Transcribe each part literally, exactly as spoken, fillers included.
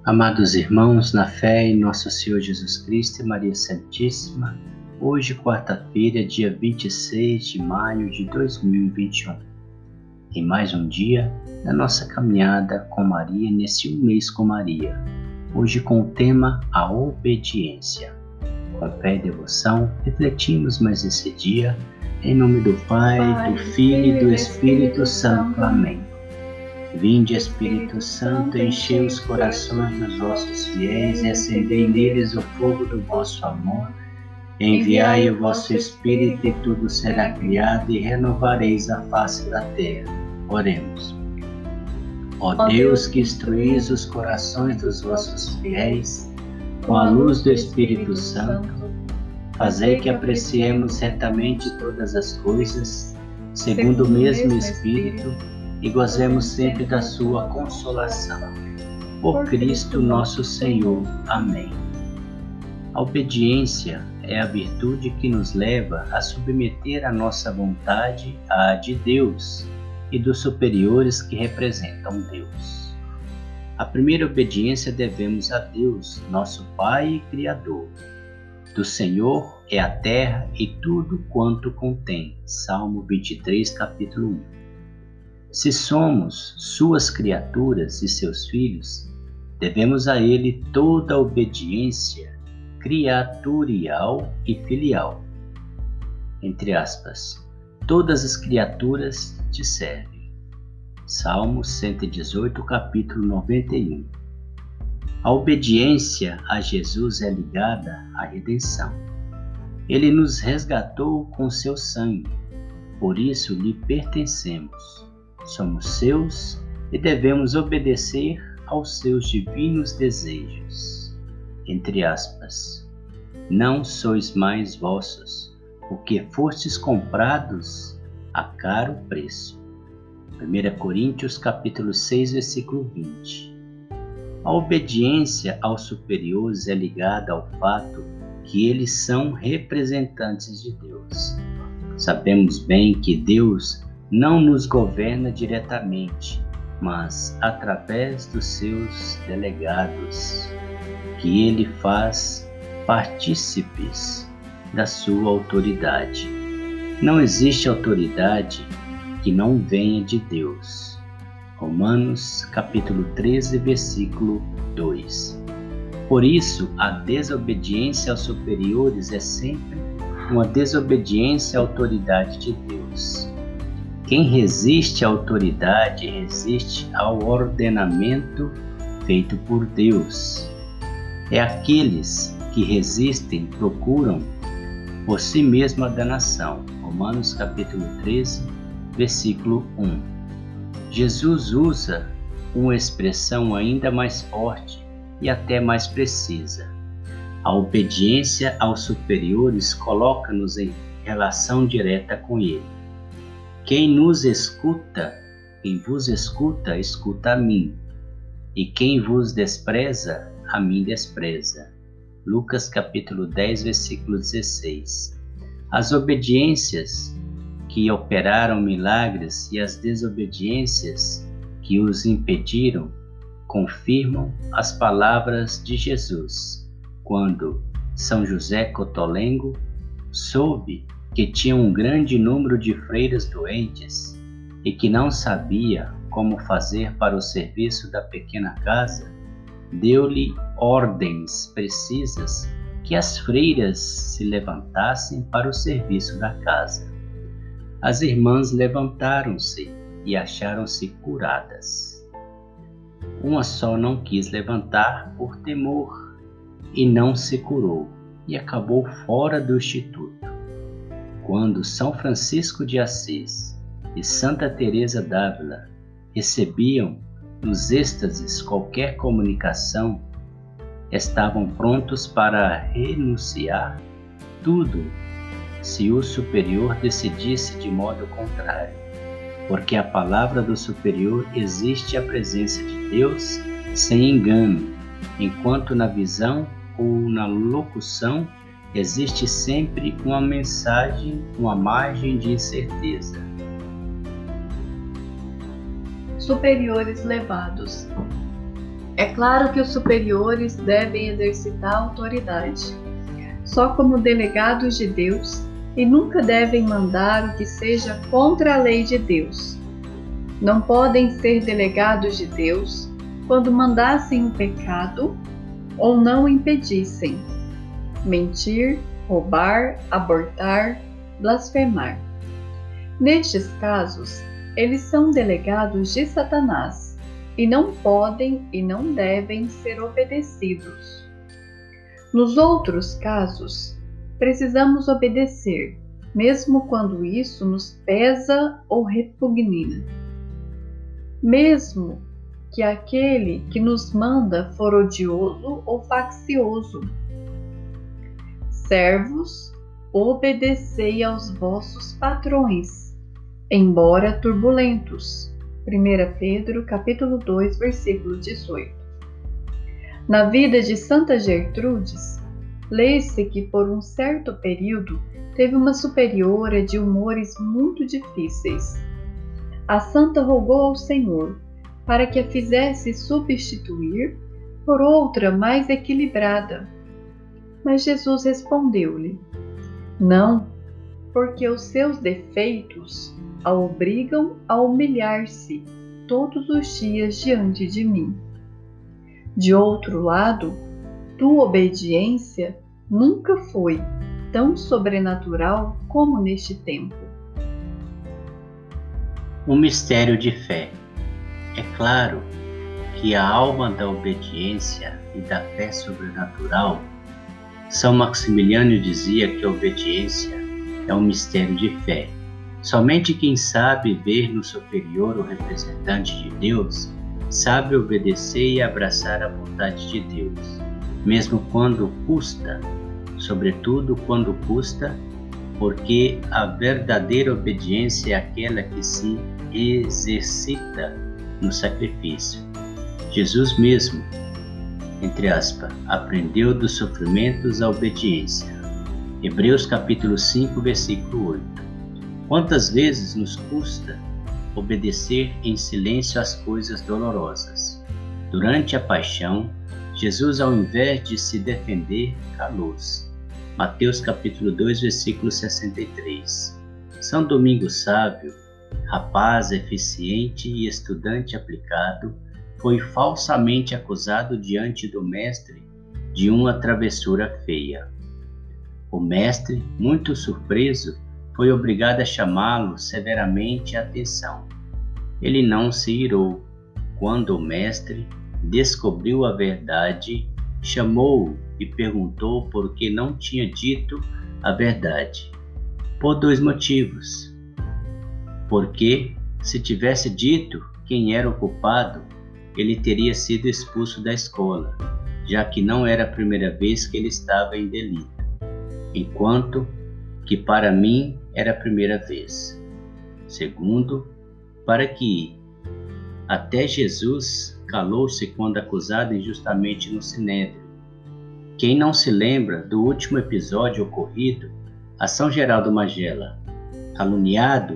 Amados irmãos, na fé em Nosso Senhor Jesus Cristo e Maria Santíssima, hoje, quarta-feira, dia vinte e seis de maio de dois mil e vinte e um, em mais um dia da nossa caminhada com Maria, nesse um mês com Maria, hoje com o tema A Obediência. Com fé e devoção, refletimos mais esse dia, em nome do Pai, Pai do Filho e do Espírito Santo. Amém. Vinde, Espírito Santo, enchei os corações dos vossos fiéis e acendei neles o fogo do vosso amor. Enviai o vosso Espírito e tudo será criado e renovareis a face da terra. Oremos. Ó Deus, que instruís os corações dos vossos fiéis com a luz do Espírito Santo, fazei que apreciemos retamente todas as coisas, segundo o mesmo Espírito, e gozemos sempre da sua consolação. Por Cristo nosso Senhor. Amém. A obediência é a virtude que nos leva a submeter a nossa vontade à de Deus e dos superiores que representam Deus. A primeira obediência devemos a Deus, nosso Pai e Criador. Do Senhor é a terra e tudo quanto contém. Salmo vinte e três, capítulo um. Se somos suas criaturas e seus filhos, devemos a Ele toda a obediência criaturial e filial. Entre aspas, todas as criaturas te servem. Salmo cento e dezoito, capítulo noventa e um. A obediência a Jesus é ligada à redenção. Ele nos resgatou com seu sangue, por isso lhe pertencemos. Somos seus e devemos obedecer aos seus divinos desejos. Entre aspas, não sois mais vossos, porque fostes comprados a caro preço. primeira Coríntios capítulo seis, versículo vinte. A obediência aos superiores é ligada ao fato que eles são representantes de Deus. Sabemos bem que Deus não nos governa diretamente, mas através dos seus delegados, que ele faz partícipes da sua autoridade. Não existe autoridade que não venha de Deus. Romanos capítulo treze, versículo dois. Por isso, a desobediência aos superiores é sempre uma desobediência à autoridade de Deus. Quem resiste à autoridade resiste ao ordenamento feito por Deus. É aqueles que resistem procuram por si mesmo a danação. Romanos capítulo treze, versículo um. Jesus usa uma expressão ainda mais forte e até mais precisa. A obediência aos superiores coloca-nos em relação direta com Ele. Quem nos escuta, quem vos escuta, escuta a mim, e quem vos despreza, a mim despreza. Lucas capítulo dez, versículo dezesseis. As obediências que operaram milagres e as desobediências que os impediram confirmam as palavras de Jesus, quando São José Cotolengo soube que tinha um grande número de freiras doentes e que não sabia como fazer para o serviço da pequena casa, deu-lhe ordens precisas que as freiras se levantassem para o serviço da casa. As irmãs levantaram-se e acharam-se curadas. Uma só não quis levantar por temor e não se curou e acabou fora do instituto. Quando São Francisco de Assis e Santa Teresa d'Ávila recebiam nos êxtases qualquer comunicação, estavam prontos para renunciar tudo se o superior decidisse de modo contrário, porque a palavra do superior existe a presença de Deus sem engano, enquanto na visão ou na locução existe sempre uma mensagem, uma margem de incerteza. Superiores levados. É claro que os superiores devem exercitar autoridade, só como delegados de Deus, e nunca devem mandar o que seja contra a lei de Deus. Não podem ser delegados de Deus quando mandassem o pecado ou não o impedissem: mentir, roubar, abortar, blasfemar. Nestes casos, eles são delegados de Satanás e não podem e não devem ser obedecidos. Nos outros casos, precisamos obedecer, mesmo quando isso nos pesa ou repugna. Mesmo que aquele que nos manda for odioso ou faccioso. Servos, obedecei aos vossos patrões, embora turbulentos. primeira Pedro, capítulo dois, versículo dezoito. Na vida de Santa Gertrudes, lê-se que por um certo período teve uma superiora de humores muito difíceis. A santa rogou ao Senhor para que a fizesse substituir por outra mais equilibrada. Mas Jesus respondeu-lhe: não, porque os seus defeitos a obrigam a humilhar-se todos os dias diante de mim. De outro lado, tua obediência nunca foi tão sobrenatural como neste tempo. Um mistério de fé. É claro que a alma da obediência e da fé sobrenatural, São Maximiliano dizia que a obediência é um mistério de fé. Somente quem sabe ver no superior o representante de Deus, sabe obedecer e abraçar a vontade de Deus, mesmo quando custa, sobretudo quando custa, porque a verdadeira obediência é aquela que se exercita no sacrifício. Jesus mesmo, entre aspas, aprendeu dos sofrimentos a obediência. Hebreus capítulo cinco, versículo oito. Quantas vezes nos custa obedecer em silêncio às coisas dolorosas? Durante a paixão, Jesus, ao invés de se defender, calou-se. Mateus capítulo dois, versículo sessenta e três. São Domingos Sábio, rapaz eficiente e estudante aplicado, foi falsamente acusado diante do mestre de uma travessura feia. O mestre, muito surpreso, foi obrigado a chamá-lo severamente à atenção. Ele não se irou. Quando o mestre descobriu a verdade, chamou-o e perguntou por que não tinha dito a verdade. Por dois motivos. Porque, se tivesse dito quem era o culpado, ele teria sido expulso da escola, já que não era a primeira vez que ele estava em delito, enquanto que para mim era a primeira vez. Segundo, para que até Jesus calou-se quando acusado injustamente no Sinédrio. Quem não se lembra do último episódio ocorrido a São Geraldo Magela, caluniado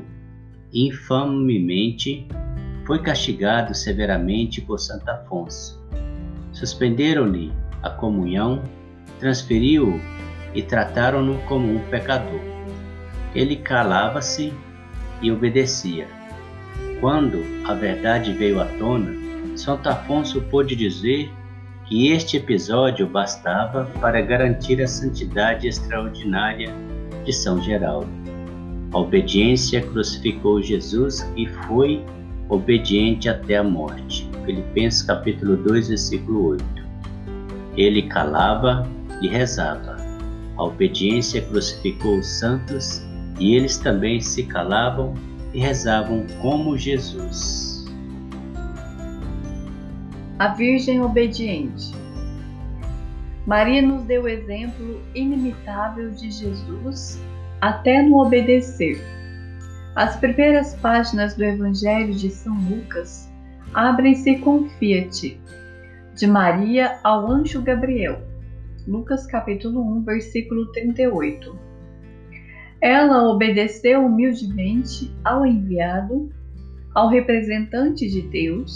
infamemente, foi castigado severamente por Santo Afonso. Suspenderam-lhe a comunhão, transferiu-o e trataram-no como um pecador. Ele calava-se e obedecia. Quando a verdade veio à tona, Santo Afonso pôde dizer que este episódio bastava para garantir a santidade extraordinária de São Geraldo. A obediência crucificou Jesus e foi obediente até a morte. Filipenses capítulo dois, versículo oito. Ele calava e rezava. A obediência crucificou os santos e eles também se calavam e rezavam como Jesus. A Virgem Obediente. Maria nos deu o exemplo inimitável de Jesus até no obedecer. As primeiras páginas do Evangelho de São Lucas abrem-se com Fiat, de Maria ao anjo Gabriel. Lucas capítulo um, versículo trinta e oito. Ela obedeceu humildemente ao enviado, ao representante de Deus,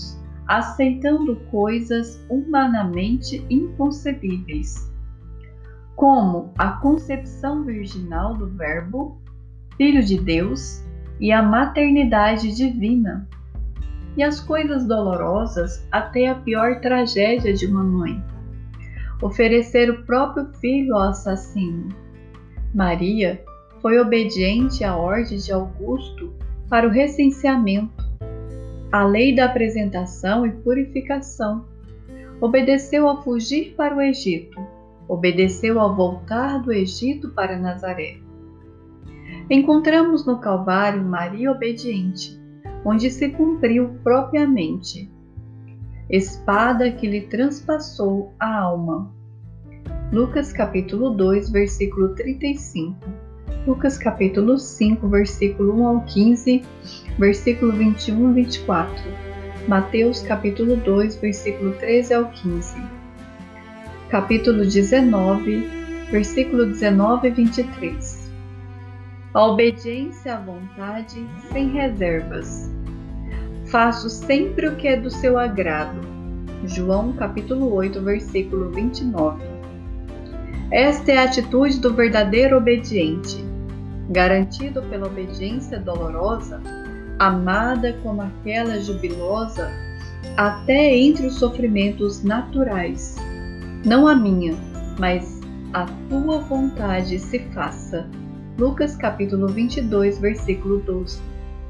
aceitando coisas humanamente inconcebíveis, como a concepção virginal do Verbo, Filho de Deus, e a maternidade divina, e as coisas dolorosas até a pior tragédia de uma mãe, oferecer o próprio filho ao assassino. Maria foi obediente à ordem de Augusto para o recenseamento, à lei da apresentação e purificação. Obedeceu ao fugir para o Egito, obedeceu ao voltar do Egito para Nazaré. Encontramos no Calvário Maria obediente, onde se cumpriu propriamente, espada que lhe transpassou a alma. Lucas capítulo dois, versículo trinta e cinco. Lucas capítulo cinco, versículo um ao quinze, versículo vinte e um e vinte e quatro. Mateus capítulo dois, versículo treze ao quinze. Capítulo dezenove, versículo dezenove e vinte e três. A obediência à vontade sem reservas. Faço sempre o que é do seu agrado. João capítulo oito, versículo vinte e nove. Esta é a atitude do verdadeiro obediente, garantido pela obediência dolorosa, amada como aquela jubilosa, até entre os sofrimentos naturais. Não a minha, mas a tua vontade se faça. Lucas capítulo vinte e dois, versículo doze.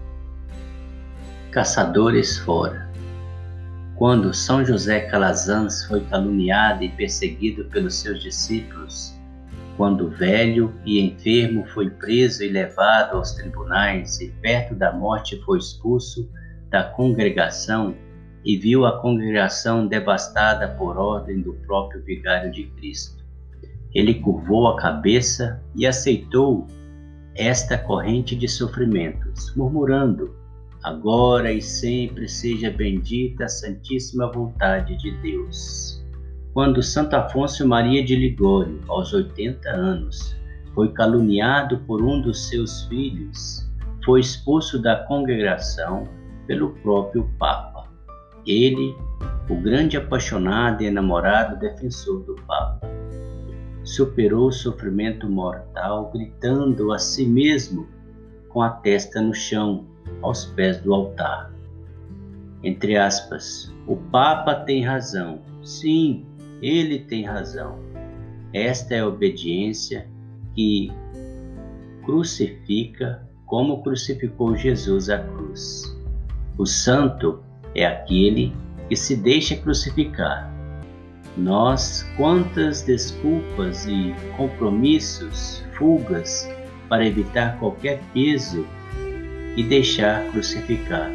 Caçadores fora. Quando São José Calazans foi caluniado e perseguido pelos seus discípulos, quando velho e enfermo foi preso e levado aos tribunais e perto da morte foi expulso da congregação e viu a congregação devastada por ordem do próprio vigário de Cristo, ele curvou a cabeça e aceitou esta corrente de sofrimentos, murmurando: agora e sempre seja bendita a santíssima vontade de Deus. Quando Santo Afonso Maria de Ligório, aos oitenta anos, foi caluniado por um dos seus filhos, foi expulso da congregação pelo próprio Papa. Ele, o grande apaixonado e enamorado defensor do Papa, superou o sofrimento mortal gritando a si mesmo com a testa no chão, aos pés do altar. Entre aspas, o Papa tem razão. Sim, ele tem razão. Esta é a obediência que crucifica como crucificou Jesus à cruz. O santo é aquele que se deixa crucificar. Nós, quantas desculpas e compromissos, fugas para evitar qualquer peso e deixar crucificar.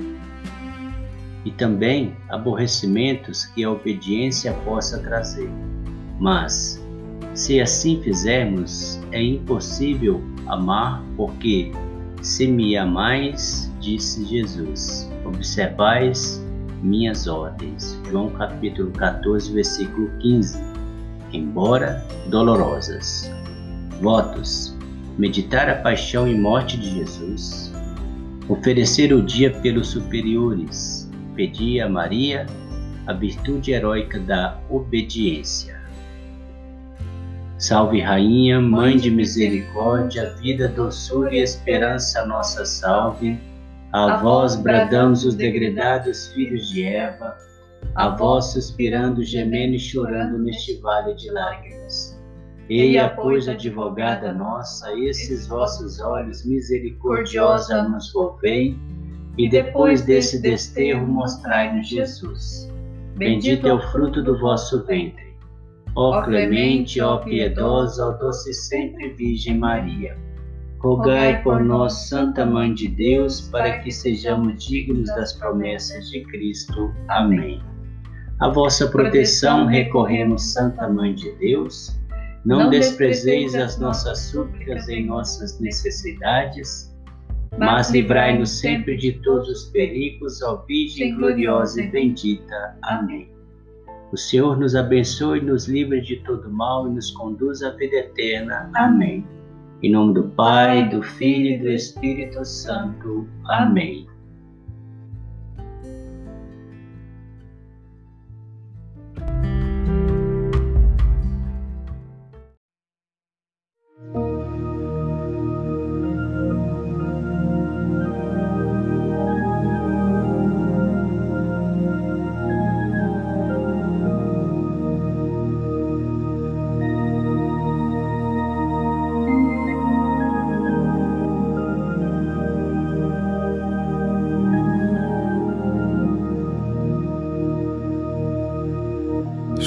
E também aborrecimentos que a obediência possa trazer. Mas, se assim fizermos, é impossível amar, porque se me amais, disse Jesus, observais minhas ordens. João capítulo quatorze, versículo quinze. Embora dolorosas. Votos: meditar a paixão e morte de Jesus, oferecer o dia pelos superiores, pedir a Maria a virtude heróica da obediência. Salve Rainha, Mãe de Misericórdia, vida, doçura e esperança, nossa salve. A vós bradamos os degredados filhos de Eva, a vós suspirando, gemendo e chorando neste vale de lágrimas. Eia, pois, advogada nossa, esses vossos olhos misericordiosa nos volvei, e depois desse desterro mostrai-nos Jesus. Bendito é o fruto do vosso ventre. Ó clemente, ó piedosa, ó doce sempre Virgem Maria, rogai por nós, Santa Mãe de Deus, para que sejamos dignos das promessas de Cristo. Amém. A vossa proteção recorremos, Santa Mãe de Deus. Não desprezeis as nossas súplicas em nossas necessidades, mas livrai-nos sempre de todos os perigos, ó Virgem gloriosa e bendita. Amém. O Senhor nos abençoe, nos livre de todo mal e nos conduz à vida eterna. Amém. Em nome do Pai, do Filho e do Espírito Santo. Amém.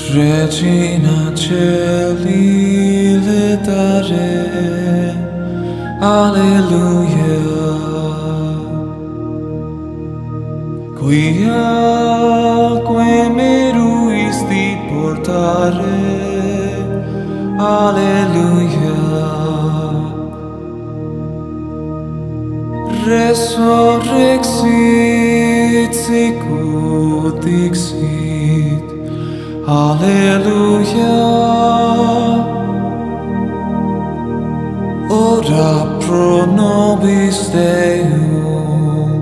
Regina Caeli letare, Alleluia. Quia quem meruisti portare, Alleluia. Resurrexit sicut dixit, Alleluia. Ora pro nobis Deum,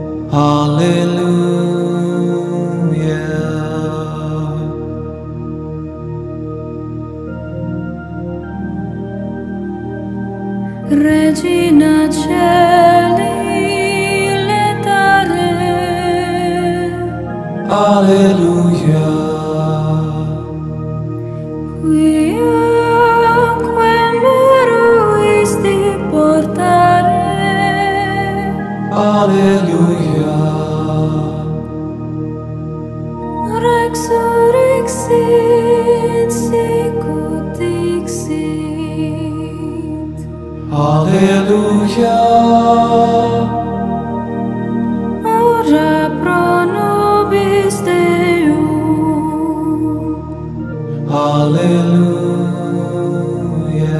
Alleluia. Regina Caeli letare, Alleluia. Quia meruisti portare, Alleluia. Resurrexit sicut dixit, Alleluia. ora pro nobis Deum, Alleluia.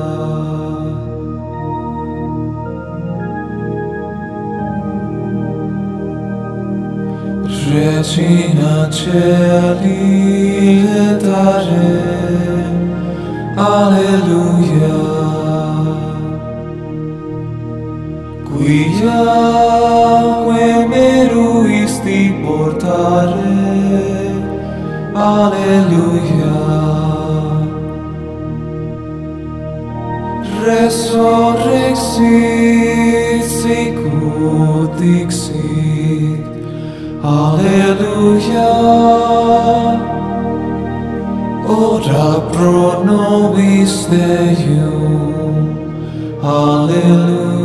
Regina Caeli letare, Alleluia. Quia quem meruisti portare, Alleluia. Resurrexit sicut dixit, Alleluia. Ora pro nobis Deum, Alleluia.